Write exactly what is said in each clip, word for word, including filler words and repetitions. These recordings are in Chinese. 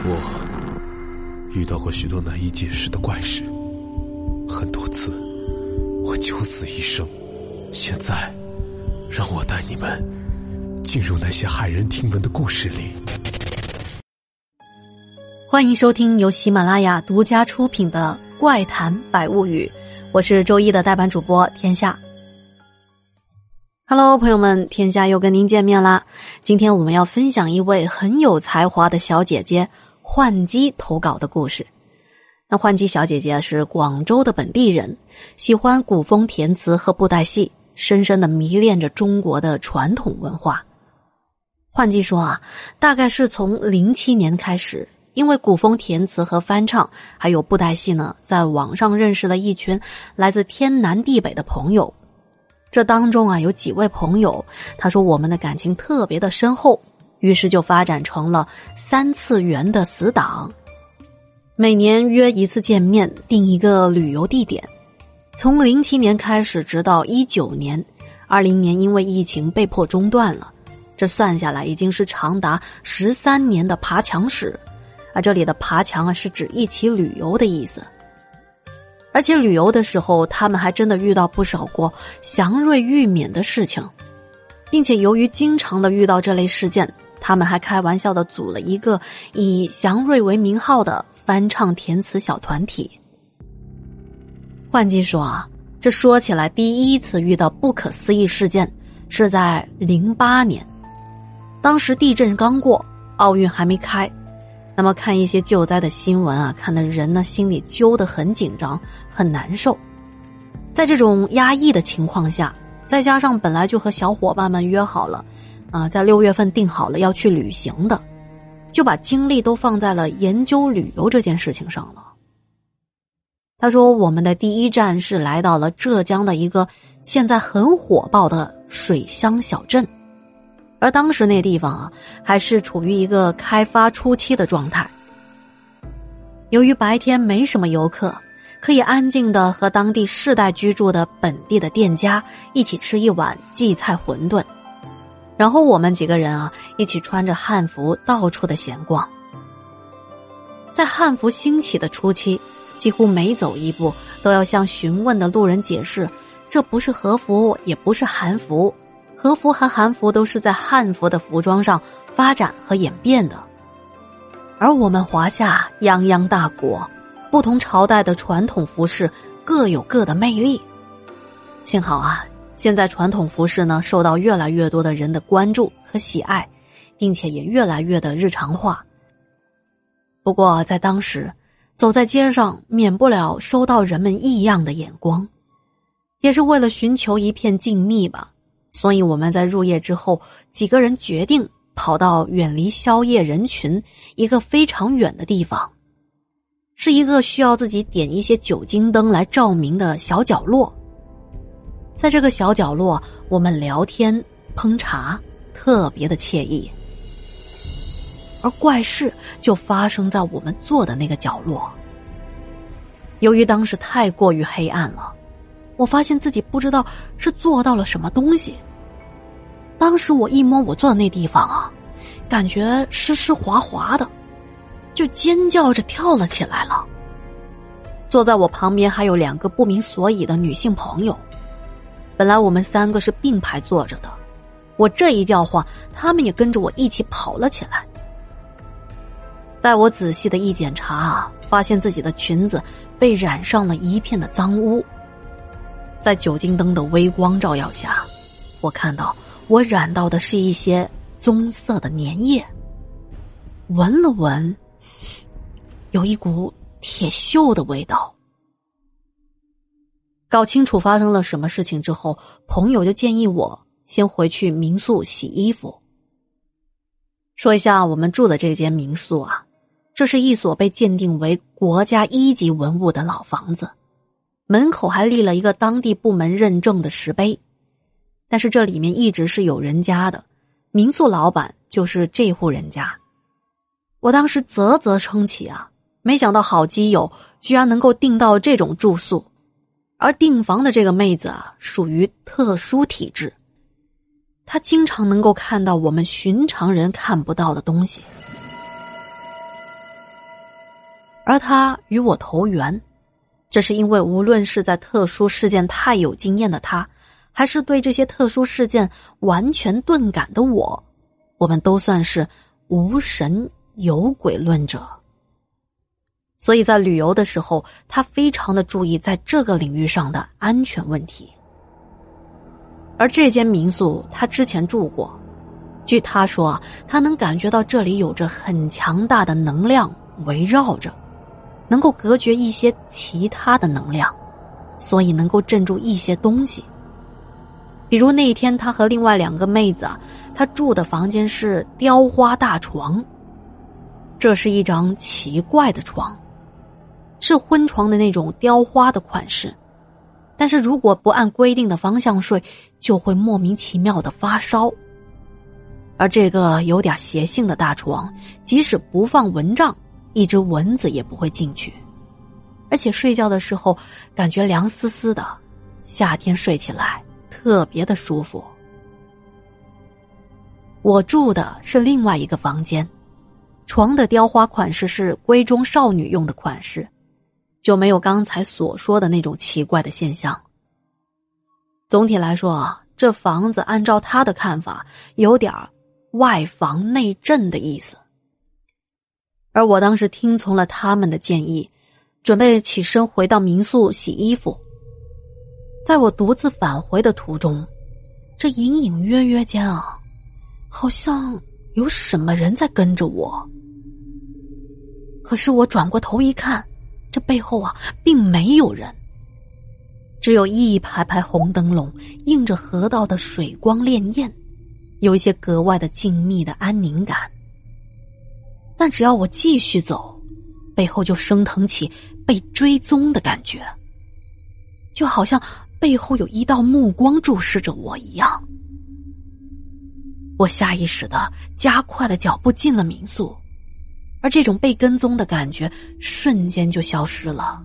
我遇到过许多难以解释的怪事，很多次我九死一生。现在让我带你们进入那些骇人听闻的故事里。 欢迎收听由喜马拉雅独家出品的《怪谈百物语》，我是周一的代班主播天下。Hello， 朋友们，天下又跟您见面啦。今天我们要分享一位很有才华的小姐姐幻姬投稿的故事。那幻姬小姐姐是广州的本地人，喜欢古风填词和布袋戏，深深地迷恋着中国的传统文化。幻姬说啊，大概是从零七年开始，因为古风填词和翻唱还有布袋戏呢，在网上认识了一群来自天南地北的朋友。这当中啊，有几位朋友，他说我们的感情特别的深厚，于是就发展成了三次元的死党。每年约一次见面，定一个旅游地点。从零七年开始，直到一九年，二零年因为疫情被迫中断了。这算下来已经是长达十三年的爬墙史。而这里的爬墙啊，是指一起旅游的意思。而且旅游的时候，他们还真的遇到不少过祥瑞遇免的事情，并且由于经常的遇到这类事件，他们还开玩笑的组了一个以祥瑞为名号的翻唱填词小团体。幻姬说啊，这说起来第一次遇到不可思议事件是在零八年，当时地震刚过，奥运还没开。那么看一些救灾的新闻啊，看得人呢心里揪得很紧张，很难受。在这种压抑的情况下，再加上本来就和小伙伴们约好了啊、呃，在六月份定好了要去旅行的，就把精力都放在了研究旅游这件事情上了。他说我们的第一站是来到了浙江的一个现在很火爆的水乡小镇。而当时那地方啊，还是处于一个开发初期的状态。由于白天没什么游客，可以安静地和当地世代居住的本地的店家一起吃一碗荠菜馄饨，然后我们几个人啊，一起穿着汉服到处的闲逛。在汉服兴起的初期，几乎每走一步都要向询问的路人解释，这不是和服，也不是韩服。和服和韩服都是在汉服的服装上发展和演变的，而我们华夏泱泱大国，不同朝代的传统服饰各有各的魅力。幸好啊，现在传统服饰呢受到越来越多的人的关注和喜爱，并且也越来越的日常化。不过在当时，走在街上免不了收到人们异样的眼光，也是为了寻求一片静谧吧。所以我们在入夜之后，几个人决定跑到远离宵夜人群一个非常远的地方，是一个需要自己点一些酒精灯来照明的小角落。在这个小角落，我们聊天烹茶，特别的惬意。而怪事就发生在我们坐的那个角落。由于当时太过于黑暗了，我发现自己不知道是做到了什么东西。当时我一摸我坐的那地方啊，感觉湿湿滑滑的，就尖叫着跳了起来了。坐在我旁边还有两个不明所以的女性朋友，本来我们三个是并排坐着的，我这一叫唤，他们也跟着我一起跑了起来。待我仔细的一检查啊，发现自己的裙子被染上了一片的脏污。在酒精灯的微光照耀下，我看到我染到的是一些棕色的粘液。闻了闻，有一股铁锈的味道。搞清楚发生了什么事情之后，朋友就建议我先回去民宿洗衣服。说一下我们住的这间民宿啊，这是一所被鉴定为国家一级文物的老房子，门口还立了一个当地部门认证的石碑。但是这里面一直是有人家的，民宿老板就是这户人家。我当时啧啧称奇啊，没想到好基友居然能够订到这种住宿。而订房的这个妹子啊，属于特殊体质，她经常能够看到我们寻常人看不到的东西。 而他与我投缘，这是因为无论是在特殊事件太有经验的他，还是对这些特殊事件完全钝感的我，我们都算是无神有鬼论者。所以在旅游的时候，他非常的注意在这个领域上的安全问题。而这间民宿他之前住过，据他说，他能感觉到这里有着很强大的能量围绕着，能够隔绝一些其他的能量，所以能够镇住一些东西。比如那一天他和另外两个妹子啊，他住的房间是雕花大床，这是一张奇怪的床，是婚床的那种雕花的款式，但是如果不按规定的方向睡，就会莫名其妙的发烧。而这个有点邪性的大床，即使不放蚊帐，一只蚊子也不会进去，而且睡觉的时候感觉凉丝丝的，夏天睡起来特别的舒服。我住的是另外一个房间，床的雕花款式是闺中少女用的款式，就没有刚才所说的那种奇怪的现象。总体来说啊，这房子按照他的看法有点外防内震的意思。而我当时听从了他们的建议，准备起身回到民宿洗衣服。在我独自返回的途中，这隐隐约约间啊，好像有什么人在跟着我。可是我转过头一看，这背后啊并没有人，只有一排排红灯笼映着河道的水光潋滟，有一些格外的静谧的安宁感。但只要我继续走，背后就升腾起被追踪的感觉，就好像背后有一道目光注视着我一样。我下意识地加快了脚步进了民宿，而这种被跟踪的感觉瞬间就消失了。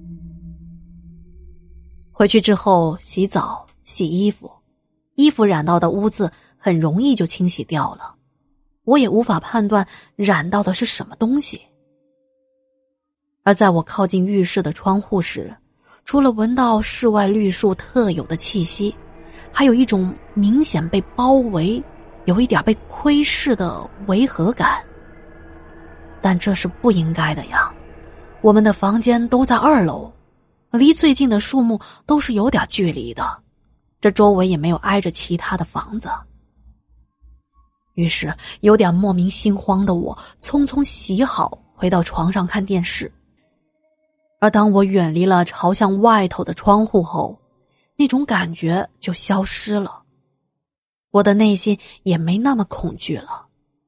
回去之后洗澡洗衣服，衣服染到的污渍很容易就清洗掉了，我也无法判断染到的是什么东西。而在我靠近浴室的窗户时，除了闻到室外绿树特有的气息，还有一种明显被包围，有一点被窥视的违和感。但这是不应该的呀，我们的房间都在二楼，离最近的树木都是有点距离的，这周围也没有挨着其他的房子。于是有点莫名心慌的我匆匆洗好，回到床上看电视。而当我远离了朝向外头的窗户后，那种感觉就消失了，我的内心也没那么恐惧了。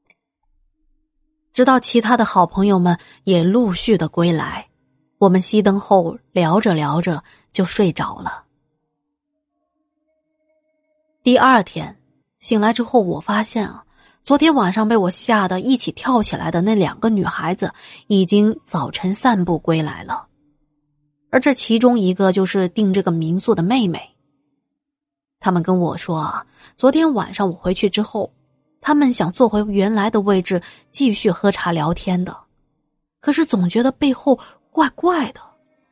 直到其他的好朋友们也陆续的归来，我们熄灯后聊着聊着就睡着了。第二天醒来之后，我发现啊，昨天晚上被我吓得一起跳起来的那两个女孩子已经早晨散步归来了，而这其中一个就是订这个民宿的妹妹。他们跟我说啊，昨天晚上我回去之后，他们想坐回原来的位置继续喝茶聊天的，可是总觉得背后怪怪的。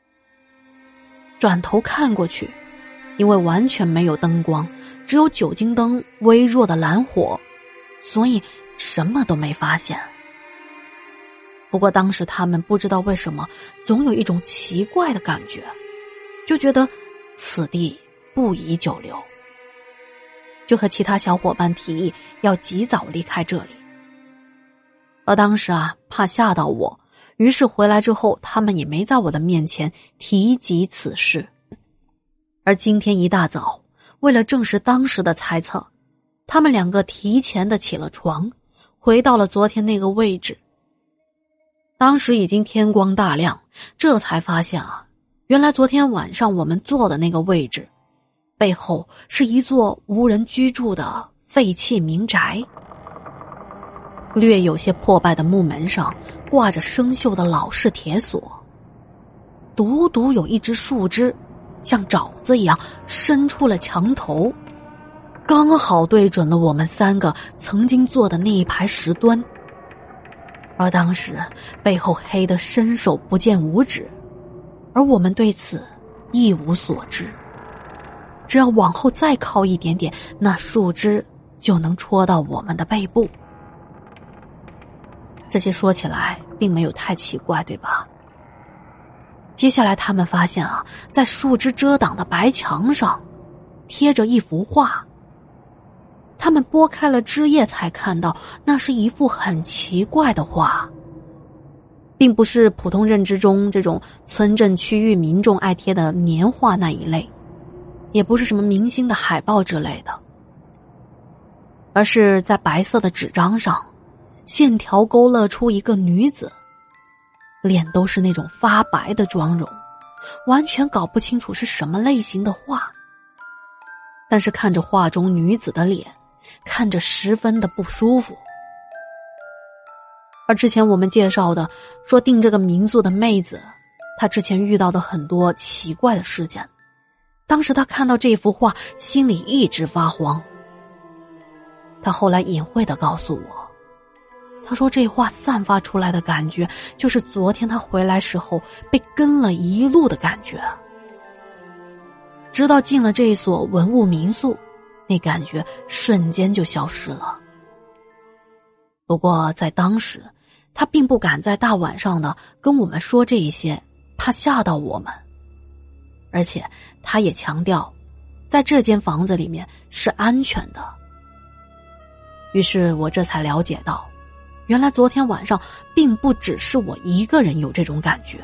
转头看过去，因为完全没有灯光，只有酒精灯微弱的蓝火，所以什么都没发现。不过当时他们不知道为什么总有一种奇怪的感觉，就觉得此地不宜久留，就和其他小伙伴提议要及早离开这里。而当时啊，怕吓到我，于是回来之后他们也没在我的面前提及此事。而今天一大早，为了证实当时的猜测，他们两个提前的起了床，回到了昨天那个位置。当时已经天光大亮，这才发现啊，原来昨天晚上我们坐的那个位置背后是一座无人居住的废弃民宅。略有些破败的木门上挂着生锈的老式铁锁，独独有一只树枝像爪子一样伸出了墙头，刚好对准了我们三个曾经坐的那一排石墩。 而当时背后黑得伸手不见五指，而我们对此一无所知。只要往后再靠一点点，那树枝就能戳到我们的背部。这些说起来并没有太奇怪，对吧？接下来他们发现啊，在树枝遮挡的白墙上贴着一幅画。他们拨开了枝叶才看到，那是一幅很奇怪的画，并不是普通认知中这种村镇区域民众爱贴的年画那一类，也不是什么明星的海报之类的，而是在白色的纸张上，线条勾勒出一个女子，脸都是那种发白的妆容，完全搞不清楚是什么类型的画。但是看着画中女子的脸，看着十分的不舒服。而之前我们介绍的说订这个民宿的妹子，她之前遇到的很多奇怪的事件，当时她看到这幅画心里一直发慌。她后来隐晦地告诉我，她说这画散发出来的感觉就是昨天她回来时候被跟了一路的感觉，直到进了这一所文物民宿，那感觉瞬间就消失了。不过在当时，他并不敢在大晚上的跟我们说这一些，怕吓到我们。而且他也强调，在这间房子里面是安全的。于是我这才了解到，原来昨天晚上并不只是我一个人有这种感觉。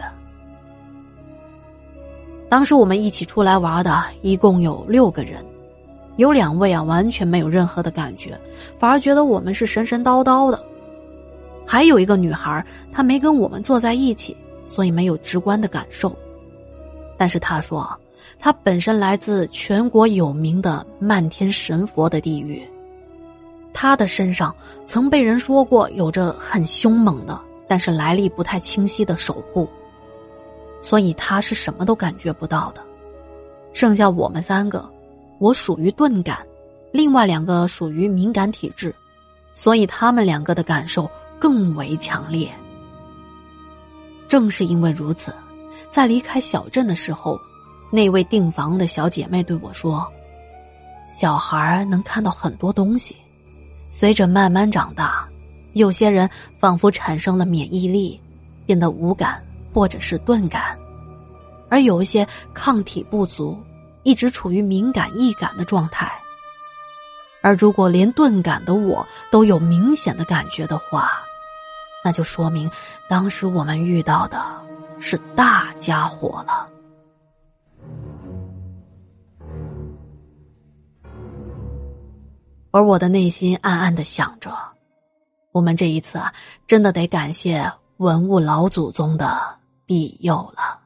当时我们一起出来玩的一共有六个人，有两位啊完全没有任何的感觉，反而觉得我们是神神叨叨的。还有一个女孩，她没跟我们坐在一起，所以没有直观的感受。但是她说啊，她本身来自全国有名的漫天神佛的地狱，她的身上曾被人说过有着很凶猛的，但是来历不太清晰的守护，所以她是什么都感觉不到的。剩下我们三个，我属于钝感，另外两个属于敏感体质，所以他们两个的感受更为强烈。正是因为如此，在离开小镇的时候，那位订房的小姐妹对我说，小孩能看到很多东西，随着慢慢长大，有些人仿佛产生了免疫力，变得无感或者是钝感，而有一些抗体不足，一直处于敏感易感的状态。而如果连钝感的我都有明显的感觉的话，那就说明当时我们遇到的是大家伙了。而我的内心暗暗地想着，我们这一次啊，真的得感谢文物老祖宗的庇佑了。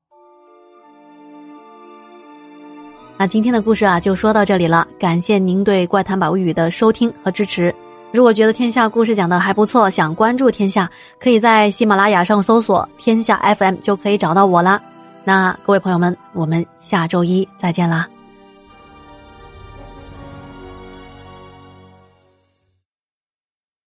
那今天的故事啊就说到这里了，感谢您对怪谈百物语的收听和支持。如果觉得天下故事讲得还不错，想关注天下，可以在喜马拉雅上搜索天下 F M 就可以找到我啦。那各位朋友们，我们下周一再见啦。